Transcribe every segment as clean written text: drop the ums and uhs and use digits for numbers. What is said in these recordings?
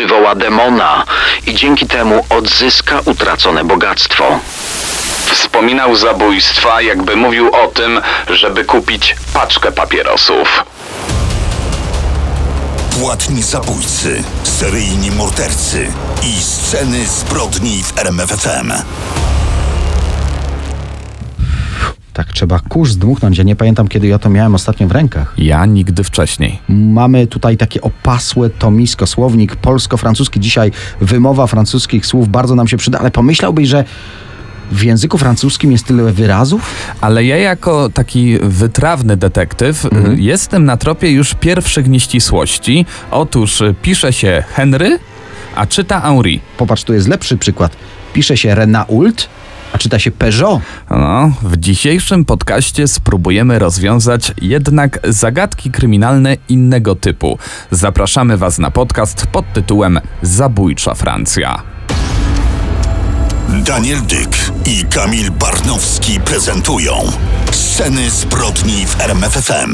przywoła demona i dzięki temu odzyska utracone bogactwo. Wspominał zabójstwa, jakby mówił o tym, żeby kupić paczkę papierosów. Płatni zabójcy, seryjni mordercy i sceny zbrodni w RMF FM. Tak trzeba kurz zdmuchnąć. Ja nie pamiętam, kiedy ja to miałem ostatnio w rękach. Ja nigdy wcześniej. Mamy tutaj takie opasłe tomisko, słownik polsko-francuski. Dzisiaj wymowa francuskich słów bardzo nam się przyda, ale pomyślałbyś, że w języku francuskim jest tyle wyrazów? Ale ja jako taki wytrawny detektyw jestem na tropie już pierwszych nieścisłości. Otóż pisze się Henry, a czyta Henri. Popatrz, tu jest lepszy przykład. Pisze się Renault, a czyta się Peugeot. No, w dzisiejszym podcaście spróbujemy rozwiązać jednak zagadki kryminalne innego typu. Zapraszamy Was na podcast pod tytułem Zabójcza Francja. Daniel Dyk i Kamil Barnowski prezentują Sceny zbrodni w RMF FM.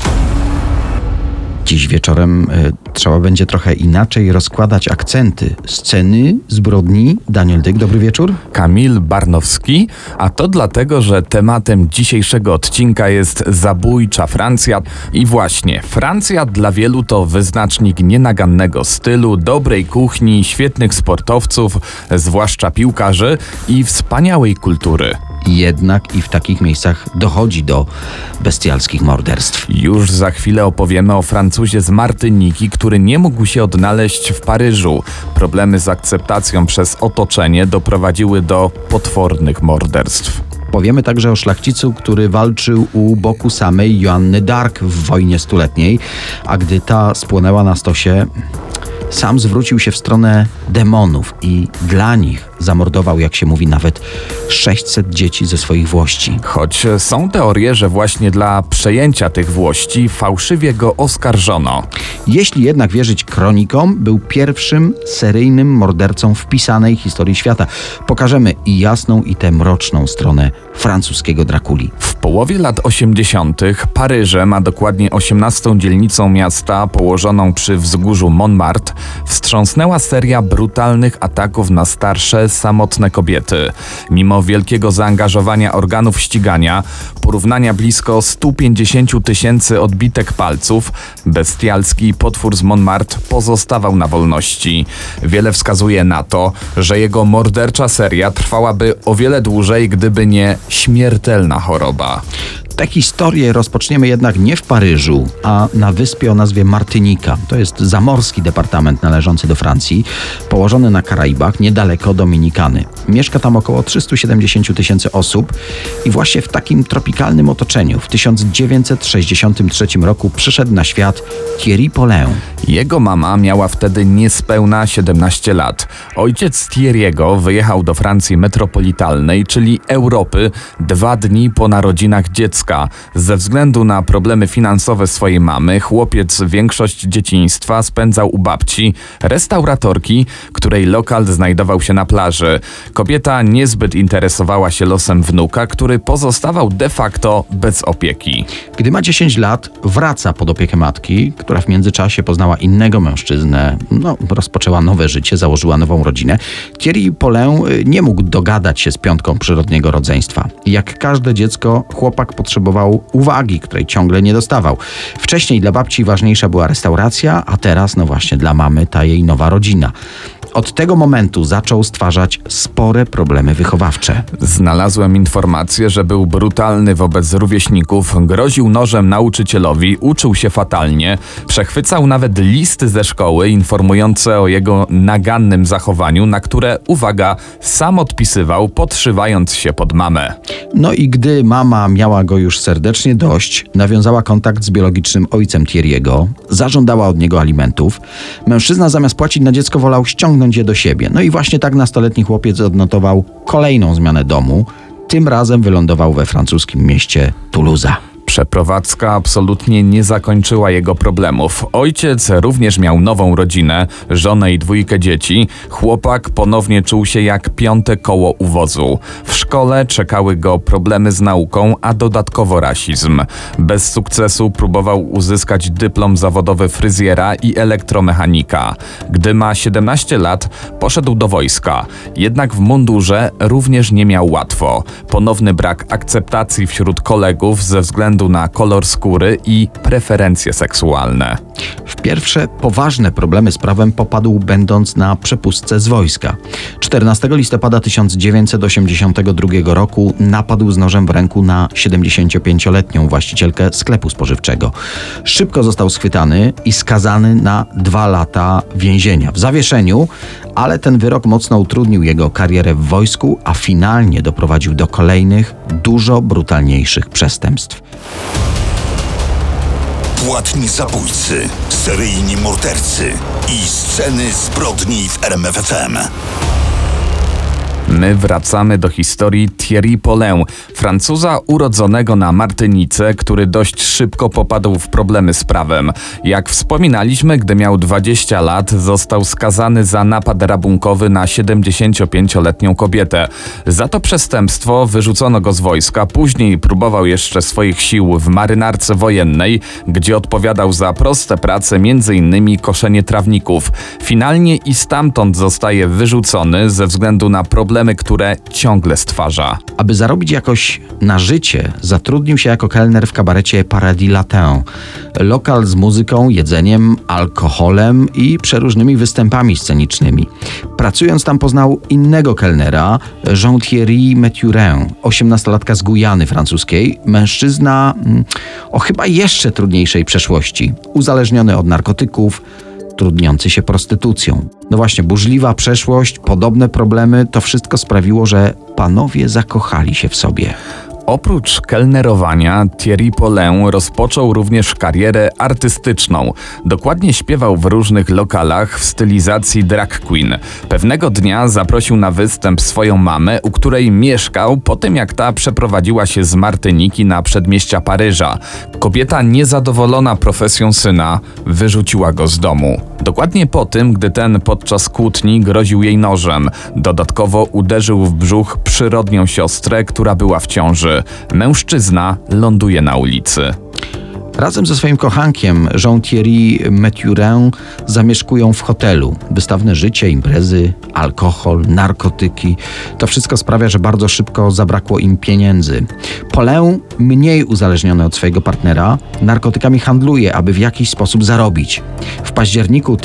Dziś wieczorem trzeba będzie trochę inaczej rozkładać akcenty. Sceny zbrodni. Daniel Dyk, dobry wieczór. Kamil Barnowski, a to dlatego, że tematem dzisiejszego odcinka jest zabójcza Francja. I właśnie, Francja dla wielu to wyznacznik nienagannego stylu, dobrej kuchni, świetnych sportowców, zwłaszcza piłkarzy i wspaniałej kultury. Jednak i w takich miejscach dochodzi do bestialskich morderstw. Już za chwilę opowiemy o Francuzie z Martyniki, który nie mógł się odnaleźć w Paryżu. Problemy z akceptacją przez otoczenie doprowadziły do potwornych morderstw. Powiemy także o szlachcicu, który walczył u boku samej Joanny d'Arc w wojnie stuletniej, a gdy ta spłonęła na stosie, sam zwrócił się w stronę demonów i dla nich zamordował, jak się mówi, nawet 600 dzieci ze swoich włości. Choć są teorie, że właśnie dla przejęcia tych włości fałszywie go oskarżono. Jeśli jednak wierzyć kronikom, był pierwszym seryjnym mordercą w pisanej historii świata. Pokażemy i jasną, i tę mroczną stronę francuskiego Drakuli. W połowie lat 80. Paryżem, a dokładnie 18. dzielnicą miasta położoną przy wzgórzu Montmartre, wstrząsnęła seria brutalnych ataków na starsze, samotne kobiety. Mimo wielkiego zaangażowania organów ścigania, porównania blisko 150 000 odbitek palców, bestialski potwór z Montmartre pozostawał na wolności. Wiele wskazuje na to, że jego mordercza seria trwałaby o wiele dłużej, gdyby nie śmiertelna choroba. Tę historię rozpoczniemy jednak nie w Paryżu, a na wyspie o nazwie Martynika. To jest zamorski departament należący do Francji, położony na Karaibach, niedaleko Dominikany. Mieszka tam około 370 000 osób i właśnie w takim tropikalnym otoczeniu w 1963 roku przyszedł na świat Thierry Paulin. Jego mama miała wtedy niespełna 17 lat. Ojciec Thierry'ego wyjechał do Francji metropolitalnej, czyli Europy, 2 dni po narodzinach dziecka. Ze względu na problemy finansowe swojej mamy, chłopiec większość dzieciństwa spędzał u babci, restauratorki, której lokal znajdował się na plaży. Kobieta niezbyt interesowała się losem wnuka, który pozostawał de facto bez opieki. Gdy ma 10 lat, wraca pod opiekę matki, która w międzyczasie poznała innego mężczyznę. Rozpoczęła nowe życie, założyła nową rodzinę. Thierry Paulin nie mógł dogadać się z piątką przyrodniego rodzeństwa. Jak każde dziecko, chłopak potrzebował uwagi, której ciągle nie dostawał. Wcześniej dla babci ważniejsza była restauracja, a teraz, właśnie dla mamy ta jej nowa rodzina. Od tego momentu zaczął stwarzać spore problemy wychowawcze. Znalazłem informację, że był brutalny wobec rówieśników, groził nożem nauczycielowi, uczył się fatalnie, przechwycał nawet listy ze szkoły informujące o jego nagannym zachowaniu, na które, uwaga, sam odpisywał, podszywając się pod mamę. I gdy mama miała go już serdecznie dość, nawiązała kontakt z biologicznym ojcem Thierry'ego, zażądała od niego alimentów. Mężczyzna zamiast płacić na dziecko wolał ściągnąć je do siebie. I właśnie tak nastoletni chłopiec odnotował kolejną zmianę domu. Tym razem wylądował we francuskim mieście Toulouse. Przeprowadzka absolutnie nie zakończyła jego problemów. Ojciec również miał nową rodzinę, żonę i 2 dzieci. Chłopak ponownie czuł się jak 5. koło u wozu. W szkole czekały go problemy z nauką, a dodatkowo rasizm. Bez sukcesu próbował uzyskać dyplom zawodowy fryzjera i elektromechanika. Gdy ma 17 lat, poszedł do wojska. Jednak w mundurze również nie miał łatwo. Ponowny brak akceptacji wśród kolegów ze względu na kolor skóry i preferencje seksualne. W pierwsze poważne problemy z prawem popadł będąc na przepustce z wojska. 14 listopada 1982 roku napadł z nożem w ręku na 75-letnią właścicielkę sklepu spożywczego. Szybko został schwytany i skazany na 2 lata więzienia w zawieszeniu, ale ten wyrok mocno utrudnił jego karierę w wojsku, a finalnie doprowadził do kolejnych, dużo brutalniejszych przestępstw. Płatni zabójcy, seryjni mordercy i sceny zbrodni w RMF FM. My wracamy do historii Thierry Paulin, Francuza urodzonego na Martynice, który dość szybko popadł w problemy z prawem. Jak wspominaliśmy, gdy miał 20 lat, został skazany za napad rabunkowy na 75-letnią kobietę. Za to przestępstwo wyrzucono go z wojska, później próbował jeszcze swoich sił w marynarce wojennej, gdzie odpowiadał za proste prace, m.in. koszenie trawników. Finalnie i stamtąd zostaje wyrzucony ze względu na problemy, które ciągle stwarza. Aby zarobić jakoś na życie, zatrudnił się jako kelner w kabarecie Paradis Latin. Lokal z muzyką, jedzeniem, alkoholem i przeróżnymi występami scenicznymi. Pracując tam poznał innego kelnera, Jean-Thierry Methurin, 18-latka z Gujany francuskiej, mężczyzna o chyba jeszcze trudniejszej przeszłości, uzależniony od narkotyków, trudniący się prostytucją. No właśnie, burzliwa przeszłość, podobne problemy, to wszystko sprawiło, że panowie zakochali się w sobie. Oprócz kelnerowania, Thierry Paulin rozpoczął również karierę artystyczną. Dokładnie śpiewał w różnych lokalach w stylizacji drag queen. Pewnego dnia zaprosił na występ swoją mamę, u której mieszkał po tym, jak ta przeprowadziła się z Martyniki na przedmieścia Paryża. Kobieta, niezadowolona profesją syna, wyrzuciła go z domu. Dokładnie po tym, gdy ten podczas kłótni groził jej nożem. Dodatkowo uderzył w brzuch przyrodnią siostrę, która była w ciąży. Mężczyzna ląduje na ulicy. Razem ze swoim kochankiem Jean-Thierry Methurin zamieszkują w hotelu. Wystawne życie, imprezy, alkohol, narkotyki. To wszystko sprawia, że bardzo szybko zabrakło im pieniędzy. Paulin, mniej uzależniony od swojego partnera, narkotykami handluje, aby w jakiś sposób zarobić. W październiku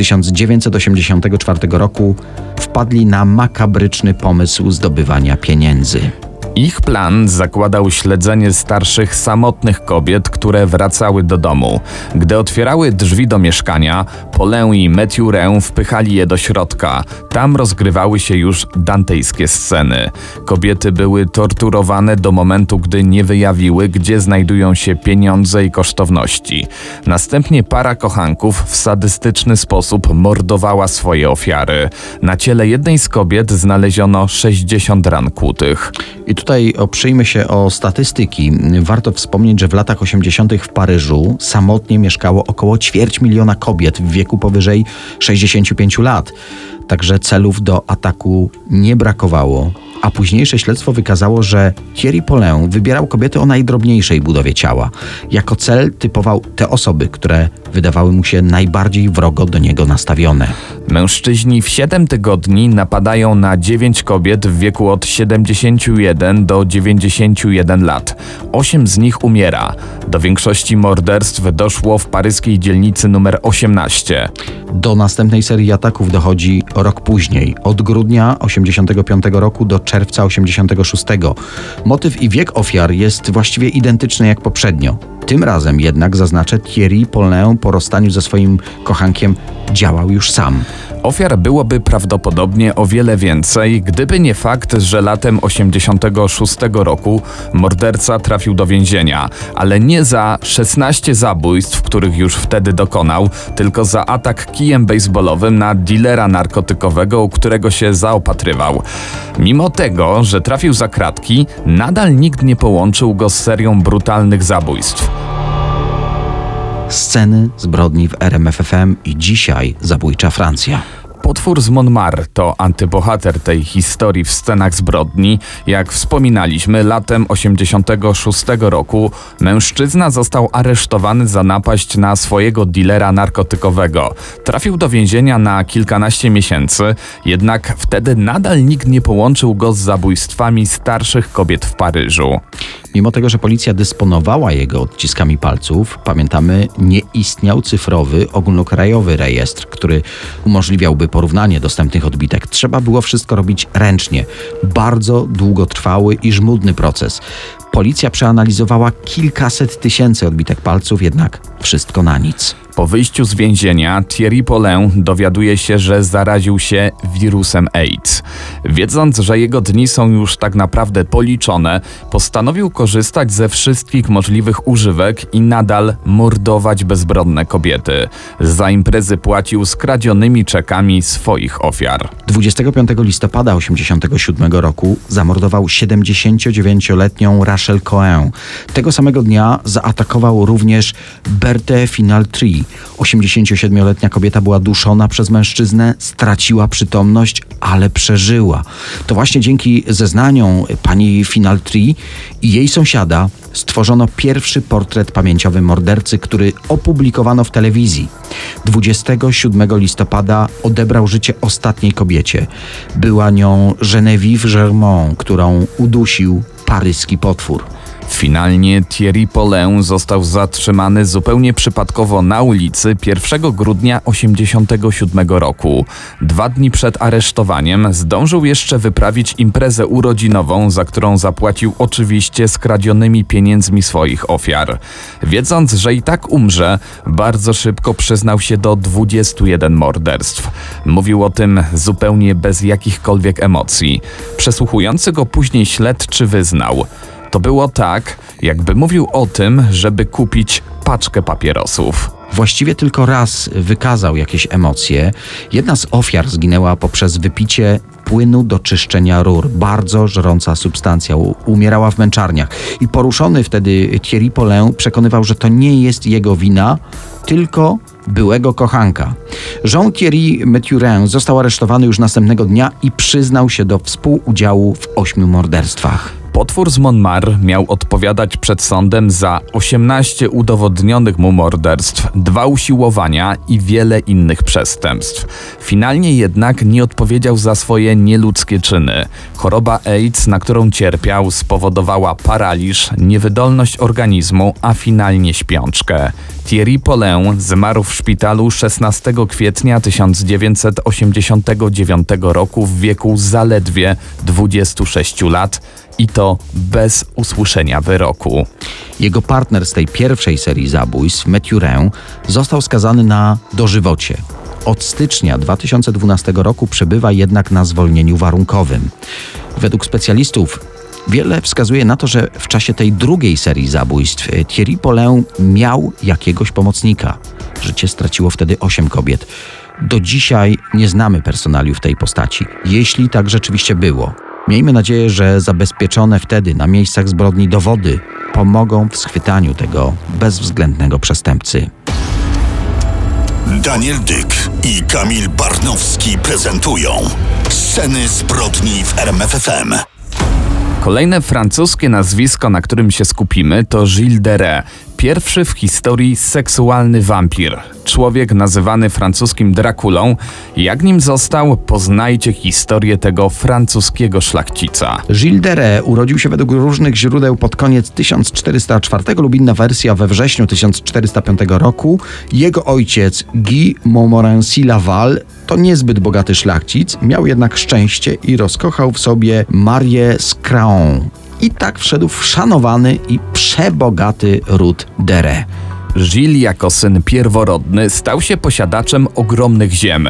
1984 roku wpadli na makabryczny pomysł zdobywania pieniędzy. Ich plan zakładał śledzenie starszych, samotnych kobiet, które wracały do domu. Gdy otwierały drzwi do mieszkania, Paulin i Methurin wpychali je do środka. Tam rozgrywały się już dantejskie sceny. Kobiety były torturowane do momentu, gdy nie wyjawiły, gdzie znajdują się pieniądze i kosztowności. Następnie para kochanków w sadystyczny sposób mordowała swoje ofiary. Na ciele jednej z kobiet znaleziono 60 ran kłutych. I tutaj oprzyjmy się o statystyki. Warto wspomnieć, że w latach 80. w Paryżu samotnie mieszkało około 250 000 kobiet w wieku powyżej 65 lat. Także celów do ataku nie brakowało. A późniejsze śledztwo wykazało, że Thierry Paulin wybierał kobiety o najdrobniejszej budowie ciała. Jako cel typował te osoby, które wydawały mu się najbardziej wrogo do niego nastawione. Mężczyźni w 7 tygodni napadają na 9 kobiet w wieku od 71 do 91 lat. 8 z nich umiera. Do większości morderstw doszło w paryskiej dzielnicy numer 18. Do następnej serii ataków dochodzi rok później, od grudnia 85 roku do czerwca 86. Motyw i wiek ofiar jest właściwie identyczny jak poprzednio. Tym razem jednak, zaznaczę, Thierry Paulin po rozstaniu ze swoim kochankiem działał już sam. Ofiar byłoby prawdopodobnie o wiele więcej, gdyby nie fakt, że latem 1986 roku morderca trafił do więzienia, ale nie za 16 zabójstw, których już wtedy dokonał, tylko za atak kijem bejsbolowym na dilera narkotykowego, u którego się zaopatrywał. Mimo tego, że trafił za kratki, nadal nikt nie połączył go z serią brutalnych zabójstw. Sceny zbrodni w RMF FM i dzisiaj zabójcza Francja. Potwór z Montmartre to antybohater tej historii w scenach zbrodni. Jak wspominaliśmy, latem 1986 roku mężczyzna został aresztowany za napaść na swojego dilera narkotykowego. Trafił do więzienia na kilkanaście miesięcy, jednak wtedy nadal nikt nie połączył go z zabójstwami starszych kobiet w Paryżu. Mimo tego, że policja dysponowała jego odciskami palców, pamiętamy, nie istniał cyfrowy, ogólnokrajowy rejestr, który umożliwiałby porównanie dostępnych odbitek. Trzeba było wszystko robić ręcznie. Bardzo długotrwały i żmudny proces. Policja przeanalizowała kilkaset tysięcy odbitek palców, jednak wszystko na nic. Po wyjściu z więzienia Thierry Paulin dowiaduje się, że zaraził się wirusem AIDS. Wiedząc, że jego dni są już tak naprawdę policzone, postanowił korzystać ze wszystkich możliwych używek i nadal mordować bezbronne kobiety. Za imprezy płacił skradzionymi czekami swoich ofiar. 25 listopada 1987 roku zamordował 79-letnią Rachel Cohen. Tego samego dnia zaatakował również Berthe Finaltry. 87-letnia kobieta była duszona przez mężczyznę, straciła przytomność, ale przeżyła. To właśnie dzięki zeznaniom pani Finaltry i jej sąsiada stworzono pierwszy portret pamięciowy mordercy, który opublikowano w telewizji. 27 listopada odebrał życie ostatniej kobiecie. Była nią Geneviève Germain, którą udusił paryski potwór. Finalnie Thierry Paulin został zatrzymany zupełnie przypadkowo na ulicy 1 grudnia 1987 roku. 2 dni przed aresztowaniem zdążył jeszcze wyprawić imprezę urodzinową, za którą zapłacił oczywiście skradzionymi pieniędzmi swoich ofiar. Wiedząc, że i tak umrze, bardzo szybko przyznał się do 21 morderstw. Mówił o tym zupełnie bez jakichkolwiek emocji. Przesłuchujący go później śledczy wyznał: to było tak, jakby mówił o tym, żeby kupić paczkę papierosów. Właściwie tylko raz wykazał jakieś emocje. Jedna z ofiar zginęła poprzez wypicie płynu do czyszczenia rur. Bardzo żrąca substancja. Umierała w męczarniach. I poruszony wtedy Thierry Paulin przekonywał, że to nie jest jego wina, tylko byłego kochanka. Jean-Thierry Methurin został aresztowany już następnego dnia i przyznał się do współudziału w 8 morderstwach. Potwór z Montmartre miał odpowiadać przed sądem za 18 udowodnionych mu morderstw, 2 usiłowania i wiele innych przestępstw. Finalnie jednak nie odpowiedział za swoje nieludzkie czyny. Choroba AIDS, na którą cierpiał, spowodowała paraliż, niewydolność organizmu, a finalnie śpiączkę. Thierry Paulin zmarł w szpitalu 16 kwietnia 1989 roku w wieku zaledwie 26 lat. I to bez usłyszenia wyroku. Jego partner z tej pierwszej serii zabójstw, Methurin, został skazany na dożywocie. Od stycznia 2012 roku przebywa jednak na zwolnieniu warunkowym. Według specjalistów wiele wskazuje na to, że w czasie tej drugiej serii zabójstw Thierry Paulin miał jakiegoś pomocnika. Życie straciło wtedy 8 kobiet. Do dzisiaj nie znamy personaliów tej postaci, jeśli tak rzeczywiście było. Miejmy nadzieję, że zabezpieczone wtedy na miejscach zbrodni dowody pomogą w schwytaniu tego bezwzględnego przestępcy. Daniel Dyk i Kamil Barnowski prezentują Sceny zbrodni w RMF FM. Kolejne francuskie nazwisko, na którym się skupimy, to Gilles de Rais. Pierwszy w historii seksualny wampir. Człowiek nazywany francuskim Drakulą. Jak nim został, poznajcie historię tego francuskiego szlachcica. Gilles de Rais urodził się według różnych źródeł pod koniec 1404 lub inna wersja we wrześniu 1405 roku. Jego ojciec Guy Montmorency-Laval to niezbyt bogaty szlachcic, miał jednak szczęście i rozkochał w sobie Marię z Craon. I tak wszedł w szanowany i przebogaty ród de Rais. Gilles jako syn pierworodny stał się posiadaczem ogromnych ziem,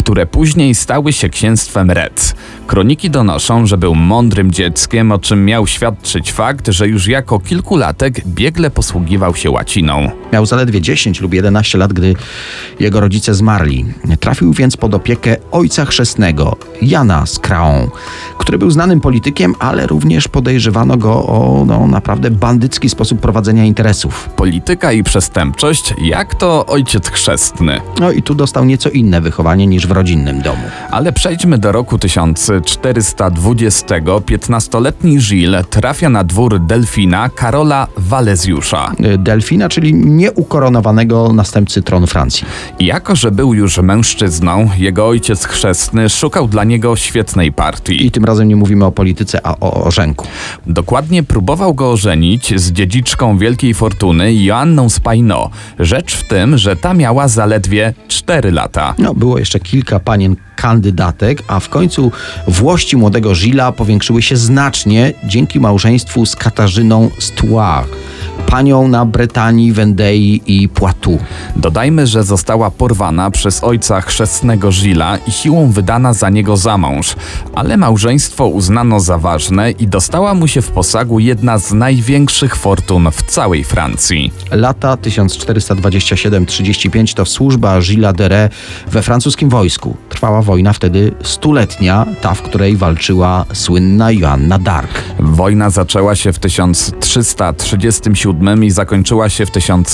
które później stały się księstwem Retz. Kroniki donoszą, że był mądrym dzieckiem, o czym miał świadczyć fakt, że już jako kilkulatek biegle posługiwał się łaciną. Miał zaledwie 10 lub 11 lat, gdy jego rodzice zmarli. Trafił więc pod opiekę ojca chrzestnego, Jana z Craon, który był znanym politykiem, ale również podejrzewano go o naprawdę bandycki sposób prowadzenia interesów. Polityka i przestępczość, jak to ojciec chrzestny. No i tu dostał nieco inne wychowanie niż w rodzinnym domu. Ale przejdźmy do roku 1420. 15-letni Gilles trafia na dwór Delfina Karola Walezjusza. Delfina, czyli nieukoronowanego następcy tronu Francji. I jako że był już mężczyzną, jego ojciec chrzestny szukał dla niego świetnej partii. I tym razem nie mówimy o polityce, a o orzenku. Dokładnie próbował go ożenić z dziedziczką wielkiej fortuny Joanną z Painot. Rzecz w tym, że ta miała zaledwie 4 lata. Było jeszcze kilka panien kandydatek, a w końcu włości młodego Gillesa powiększyły się znacznie dzięki małżeństwu z Katarzyną z Troyes, panią na Bretanii, Wendei i Poitou. Dodajmy, że została porwana przez ojca chrzestnego Gillesa i siłą wydana za niego za mąż, ale małżeństwo uznano za ważne i dostała mu się w posagu jedna z największych fortun w całej Francji. Lata 1427-35 to służba Gillesa de Retz we francuskim wojsku. Trwała wojna wtedy 100-letnia, ta, w której walczyła słynna Joanna d'Arc. Wojna zaczęła się w 1337 i zakończyła się w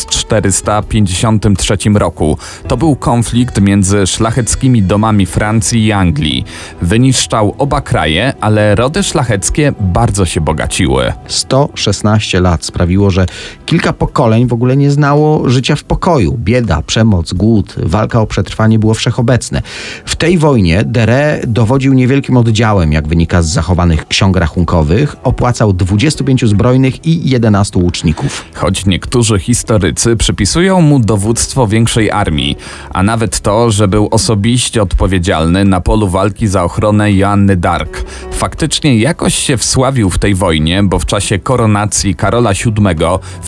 1453 roku. To był konflikt między szlacheckimi domami Francji i Anglii. Wyniszczał oba kraje, ale rody szlacheckie bardzo się bogaciły. 116 lat sprawiło, że kilka pokoleń w ogóle nie znało życia w pokoju. Bieda, przemoc, głód, walka o przetrwanie było wszechobecne. W tej wojnie de Retz dowodził niewielkim oddziałem, jak wynika z zachowanych ksiąg rachunkowych, opłacał 25 zbrojnych i 11 łuczników. Choć niektórzy historycy przypisują mu dowództwo większej armii, a nawet to, że był osobiście odpowiedzialny na polu walki za ochronę Joanny d'Arc. Faktycznie jakoś się wsławił w tej wojnie, bo w czasie koronacji Karola VII w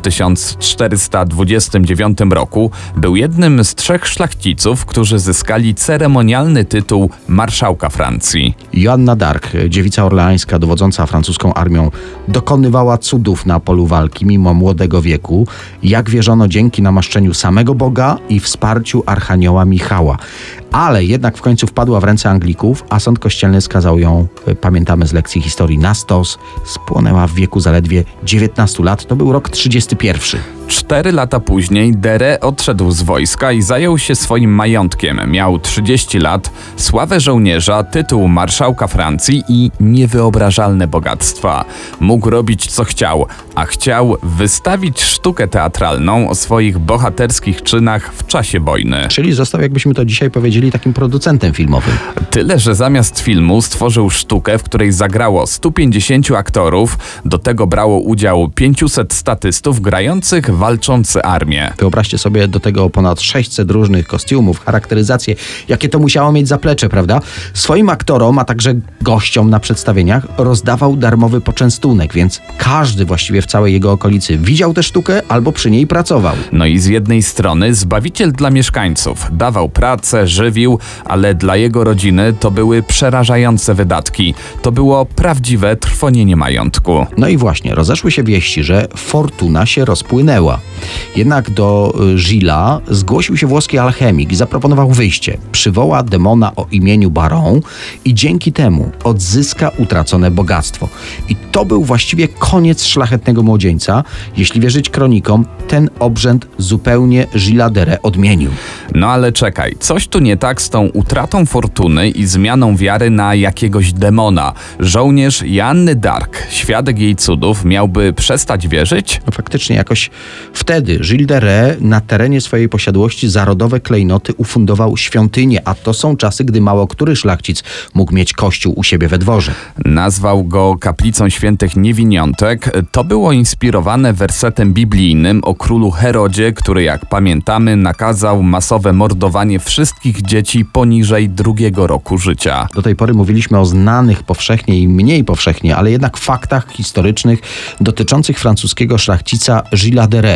1429 roku był jednym z 3 szlachciców, którzy zyskali ceremonialny tytuł marszałka Francji. Joanna d'Arc, dziewica orleańska dowodząca francuską armią, dokonywała cudów na polu walki mimo młodego wieku, jak wierzono dzięki namaszczeniu samego Boga i wsparciu archanioła Michała. Ale jednak w końcu wpadła w ręce Anglików, a sąd kościelny skazał ją, pamiętamy z lekcji historii, na stos. Spłonęła w wieku zaledwie 19 lat, to był rok 31. 4 lata później de Retz odszedł z wojska i zajął się swoim majątkiem. Miał 30 lat, sławę żołnierza, tytuł marszałka Francji i niewyobrażalne bogactwa. Mógł robić co chciał, a chciał wystawić sztukę teatralną o swoich bohaterskich czynach w czasie wojny. Czyli został, jakbyśmy to dzisiaj powiedzieli, takim producentem filmowym. Tyle, że zamiast filmu stworzył sztukę, w której zagrało 150 aktorów, do tego brało udział 500 statystów grających walczące armię. Wyobraźcie sobie do tego ponad 600 różnych kostiumów, charakteryzacje, jakie to musiało mieć zaplecze, prawda? Swoim aktorom, a także gościom na przedstawieniach rozdawał darmowy poczęstunek, więc każdy właściwie w całej jego okolicy widział tę sztukę albo przy niej pracował. No i z jednej strony zbawiciel dla mieszkańców. Dawał pracę, żywił, ale dla jego rodziny to były przerażające wydatki. To było prawdziwe trwonienie majątku. No i właśnie, rozeszły się wieści, że fortuna się rozpłynęła. Jednak do Gillesa zgłosił się włoski alchemik i zaproponował wyjście. Przywoła demona o imieniu Baron i dzięki temu odzyska utracone bogactwo. I to był właściwie koniec szlachetnego młodzieńca. Jeśli wierzyć kronikom, ten obrzęd zupełnie Gillesa de Retz odmienił. No ale czekaj, coś tu nie tak z tą utratą fortuny i zmianą wiary na jakiegoś demona. Żołnierz Joanny d'Arc, świadek jej cudów, miałby przestać wierzyć? No faktycznie jakoś wtedy Gilles de Retz na terenie swojej posiadłości za rodowe klejnoty ufundował świątynię, a to są czasy, gdy mało który szlachcic mógł mieć kościół u siebie we dworze. Nazwał go kaplicą świętych niewiniątek. To było inspirowane wersetem biblijnym o królu Herodzie, który, jak pamiętamy, nakazał masowe mordowanie wszystkich dzieci poniżej 2 roku życia. Do tej pory mówiliśmy o znanych powszechnie i mniej powszechnie, ale jednak faktach historycznych dotyczących francuskiego szlachcica Gillesa de Retz.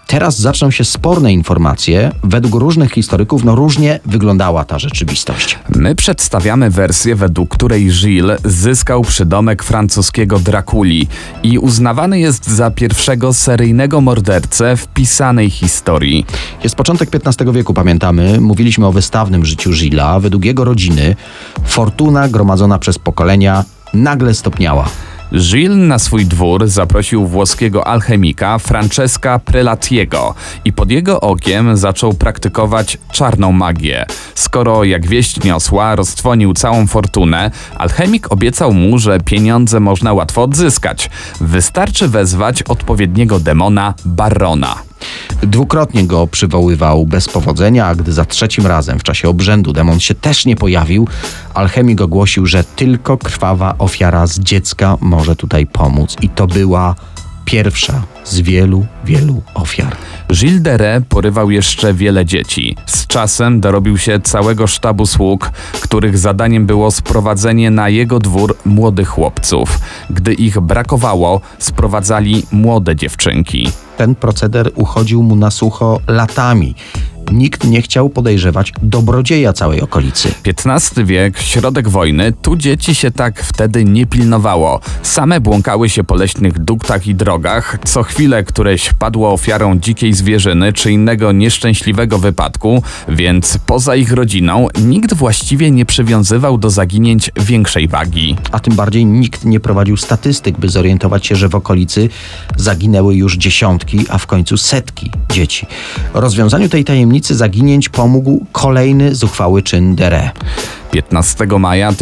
Teraz zaczną się sporne informacje. Według różnych historyków różnie wyglądała ta rzeczywistość. My przedstawiamy wersję, według której Gilles zyskał przydomek francuskiego Drakuli i uznawany jest za pierwszego seryjnego mordercę w pisanej historii. Jest początek XV wieku, pamiętamy. Mówiliśmy o wystawnym życiu Gillesa. Według jego rodziny fortuna gromadzona przez pokolenia nagle stopniała. Gilles na swój dwór zaprosił włoskiego alchemika Francesca Prelatiego i pod jego okiem zaczął praktykować czarną magię. Skoro, jak wieść niosła, roztrwonił całą fortunę, alchemik obiecał mu, że pieniądze można łatwo odzyskać. Wystarczy wezwać odpowiedniego demona Barrona. Dwukrotnie go przywoływał bez powodzenia, a gdy za trzecim razem w czasie obrzędu demon się też nie pojawił, alchemik ogłosił, że tylko krwawa ofiara z dziecka może tutaj pomóc. I to była pierwsza z wielu, wielu ofiar. Gilles de Rais porywał jeszcze wiele dzieci. Z czasem dorobił się całego sztabu sług, których zadaniem było sprowadzenie na jego dwór młodych chłopców. Gdy ich brakowało, sprowadzali młode dziewczynki. Ten proceder uchodził mu na sucho latami. Nikt nie chciał podejrzewać dobrodzieja całej okolicy. XV wiek, środek wojny, tu dzieci się tak wtedy nie pilnowało. Same błąkały się po leśnych duktach i drogach. Co chwilę któreś padło ofiarą dzikiej zwierzyny czy innego nieszczęśliwego wypadku, więc poza ich rodziną nikt właściwie nie przywiązywał do zaginięć większej wagi. A tym bardziej nikt nie prowadził statystyk, by zorientować się, że w okolicy zaginęły już dziesiątki, a w końcu setki dzieci. Rozwiązaniu tej tajemnicy zaginięć pomógł kolejny zuchwały czyn de Rais. 15 maja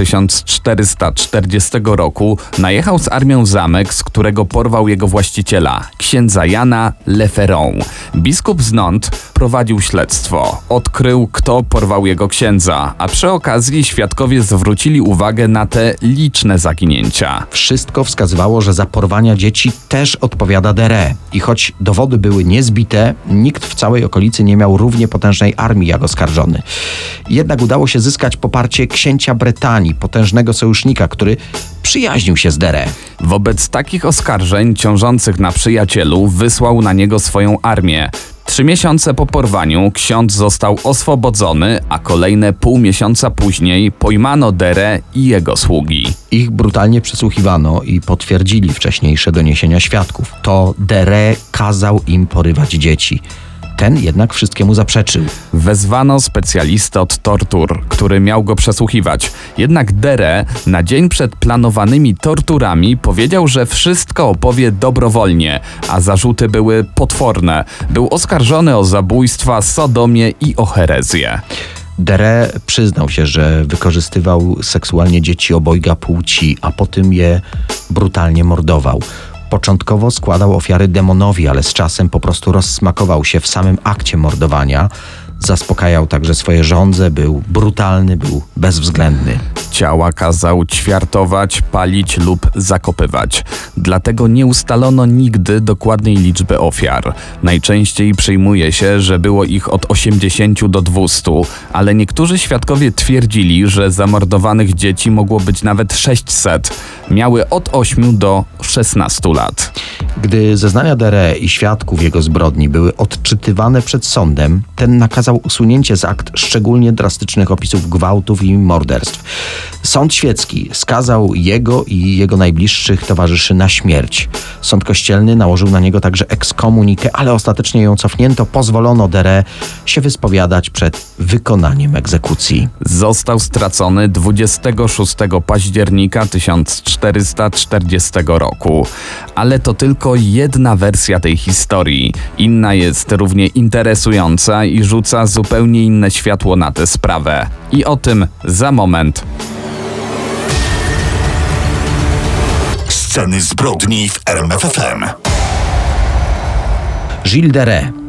1440 roku najechał z armią zamek, z którego porwał jego właściciela, księdza Jana Le Ferron. Biskup z Nantes prowadził śledztwo. Odkrył, kto porwał jego księdza, a przy okazji świadkowie zwrócili uwagę na te liczne zaginięcia. Wszystko wskazywało, że za porwania dzieci też odpowiada de Rais. I choć dowody były niezbite, nikt w całej okolicy nie miał równie potężnej armii jak oskarżony. Jednak udało się zyskać poparcie księcia Bretanii, potężnego sojusznika, który przyjaźnił się z de Rais. Wobec takich oskarżeń ciążących na przyjacielu wysłał na niego swoją armię. 3 miesiące po porwaniu ksiądz został oswobodzony, a kolejne pół miesiąca później pojmano de Rais i jego sługi. Ich brutalnie przesłuchiwano i potwierdzili wcześniejsze doniesienia świadków. To de Rais kazał im porywać dzieci. Ten jednak wszystkiemu zaprzeczył. Wezwano specjalistę od tortur, który miał go przesłuchiwać. Jednak de Rais na dzień przed planowanymi torturami powiedział, że wszystko opowie dobrowolnie, a zarzuty były potworne. Był oskarżony o zabójstwa, sodomię i o herezję. De Rais przyznał się, że wykorzystywał seksualnie dzieci obojga płci, a potem je brutalnie mordował. Początkowo składał ofiary demonowi, ale z czasem po prostu rozsmakował się w samym akcie mordowania. Zaspokajał także swoje żądze, był brutalny, był bezwzględny. Ciała kazał ćwiartować, palić lub zakopywać. Dlatego nie ustalono nigdy dokładnej liczby ofiar. Najczęściej przyjmuje się, że było ich od 80 do 200, ale niektórzy świadkowie twierdzili, że zamordowanych dzieci mogło być nawet 600. Miały od 8 do 16 lat. Gdy zeznania de Rais i świadków jego zbrodni były odczytywane przed sądem, ten nakazał usunięcie z akt szczególnie drastycznych opisów gwałtów i morderstw. Sąd świecki skazał jego i jego najbliższych towarzyszy na śmierć. Sąd kościelny nałożył na niego także ekskomunikę, ale ostatecznie ją cofnięto. Pozwolono de Rais się wyspowiadać przed wykonaniem egzekucji. Został stracony 26 października 1440 roku. Ale to tylko jedna wersja tej historii. Inna jest równie interesująca i rzuca zupełnie inne światło na tę sprawę. I o tym za moment. Sceny zbrodni w RMF FM. Gilles de Rais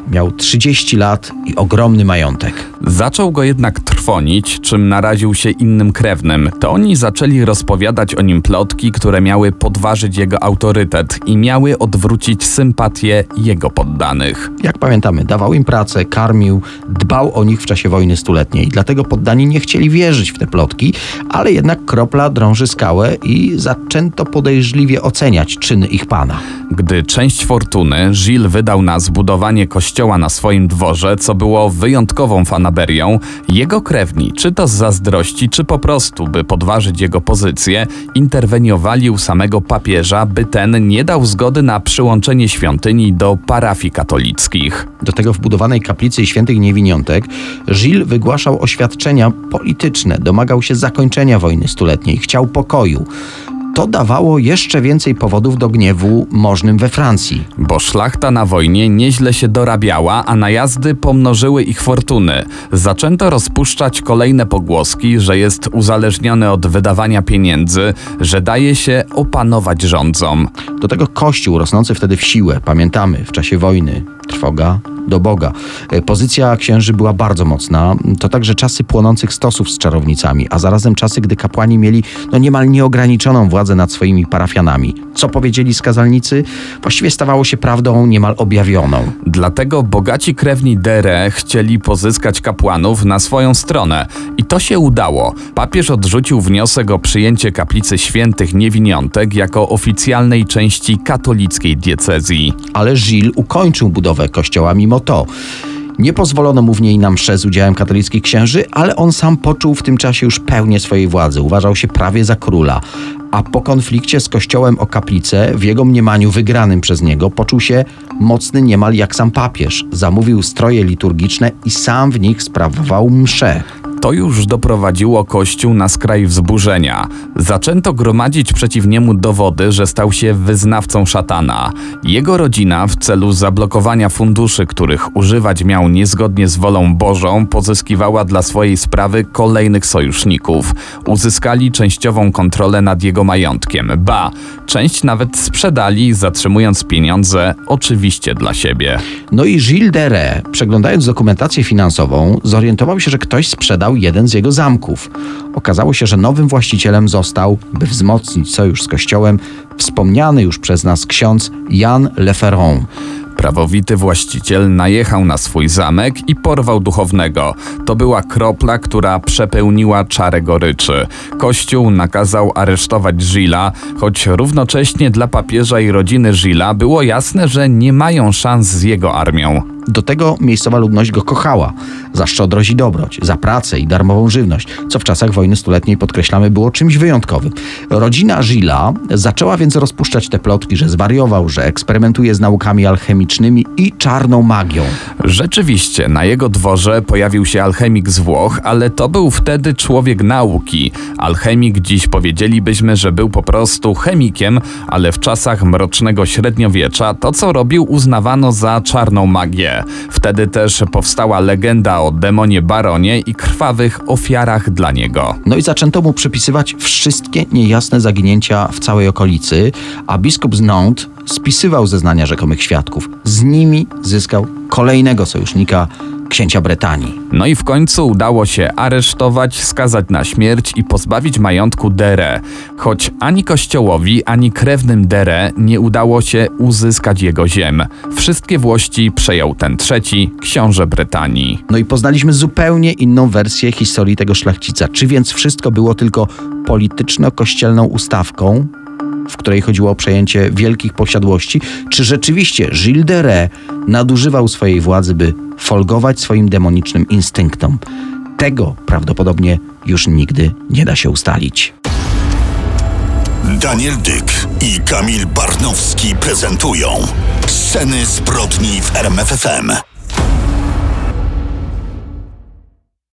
Miał 30 lat i ogromny majątek. Zaczął go jednak trwonić, czym naraził się innym krewnym. To oni zaczęli rozpowiadać o nim plotki, które miały podważyć jego autorytet i miały odwrócić sympatię jego poddanych. Jak pamiętamy, dawał im pracę, karmił, dbał o nich w czasie wojny stuletniej. Dlatego poddani nie chcieli wierzyć w te plotki, ale jednak kropla drąży skałę i zaczęto podejrzliwie oceniać czyny ich pana. Gdy część fortuny Gilles wydał na zbudowanie kościoła na swoim dworze, co było wyjątkową fanaberią, jego krewni, czy to z zazdrości, czy po prostu, by podważyć jego pozycję, interweniowali u samego papieża, by ten nie dał zgody na przyłączenie świątyni do parafii katolickich. Do tego w budowanej kaplicy Świętych Niewiniątek Gilles wygłaszał oświadczenia polityczne, domagał się zakończenia wojny stuletniej, chciał pokoju. To dawało jeszcze więcej powodów do gniewu możnym we Francji. Bo szlachta na wojnie nieźle się dorabiała, a najazdy pomnożyły ich fortuny. Zaczęto rozpuszczać kolejne pogłoski, że jest uzależniony od wydawania pieniędzy, że daje się opanować rządzom. Do tego Kościół rosnący wtedy w siłę, pamiętamy, w czasie wojny, trwoga do Boga. Pozycja księży była bardzo mocna. To także czasy płonących stosów z czarownicami, a zarazem czasy, gdy kapłani mieli niemal nieograniczoną władzę nad swoimi parafianami. Co powiedzieli skazalnicy? Właściwie stawało się prawdą niemal objawioną. Dlatego bogaci krewni Dere chcieli pozyskać kapłanów na swoją stronę. I to się udało. Papież odrzucił wniosek o przyjęcie kaplicy Świętych Niewiniątek jako oficjalnej części katolickiej diecezji. Ale Gilles ukończył budowę kościoła mimo to. Nie pozwolono mu w niej na msze z udziałem katolickich księży, ale on sam poczuł w tym czasie już pełnię swojej władzy. Uważał się prawie za króla. A po konflikcie z kościołem o kaplicę, w jego mniemaniu wygranym przez niego, poczuł się mocny niemal jak sam papież. Zamówił stroje liturgiczne i sam w nich sprawował msze. To już doprowadziło Kościół na skraj wzburzenia. Zaczęto gromadzić przeciw niemu dowody, że stał się wyznawcą szatana. Jego rodzina w celu zablokowania funduszy, których używać miał niezgodnie z wolą Bożą, pozyskiwała dla swojej sprawy kolejnych sojuszników. Uzyskali częściową kontrolę nad jego majątkiem. Ba, część nawet sprzedali, zatrzymując pieniądze oczywiście dla siebie. No i Gilles Dere, przeglądając dokumentację finansową, zorientował się, że ktoś sprzedał jeden z jego zamków. Okazało się, że nowym właścicielem został, by wzmocnić sojusz z Kościołem, wspomniany już przez nas ksiądz Jan Le Ferron. Prawowity właściciel najechał na swój zamek i porwał duchownego. To była kropla, która przepełniła czarę goryczy. Kościół nakazał aresztować Gillesa, choć równocześnie dla papieża i rodziny Gillesa było jasne, że nie mają szans z jego armią. Do tego miejscowa ludność go kochała za szczodrość i dobroć, za pracę i darmową żywność, co w czasach wojny stuletniej, podkreślamy, było czymś wyjątkowym. Rodzina Gillesa zaczęła więc rozpuszczać te plotki, że zwariował, że eksperymentuje z naukami alchemicznymi i czarną magią. Rzeczywiście, na jego dworze pojawił się alchemik z Włoch, ale to był wtedy człowiek nauki. Alchemik dziś powiedzielibyśmy, że był po prostu chemikiem, ale w czasach mrocznego średniowiecza to, co robił, uznawano za czarną magię. Wtedy też powstała legenda o demonie Baronie i krwawych ofiarach dla niego. No i zaczęto mu przypisywać wszystkie niejasne zaginięcia w całej okolicy, a biskup z Nantes spisywał zeznania rzekomych świadków. Z nimi zyskał kolejnego sojusznika, księcia Bretanii. No i w końcu udało się aresztować, skazać na śmierć i pozbawić majątku Dere. Choć ani kościołowi, ani krewnym Dere nie udało się uzyskać jego ziem. Wszystkie włości przejął ten trzeci, książę Bretanii. No i poznaliśmy zupełnie inną wersję historii tego szlachcica. Czy więc wszystko było tylko polityczno-kościelną ustawką, w której chodziło o przejęcie wielkich posiadłości, czy rzeczywiście Gilles Dere nadużywał swojej władzy, by folgować swoim demonicznym instynktom? Tego prawdopodobnie już nigdy nie da się ustalić. Daniel Dyk i Kamil Barnowski prezentują Sceny zbrodni w RMF FM.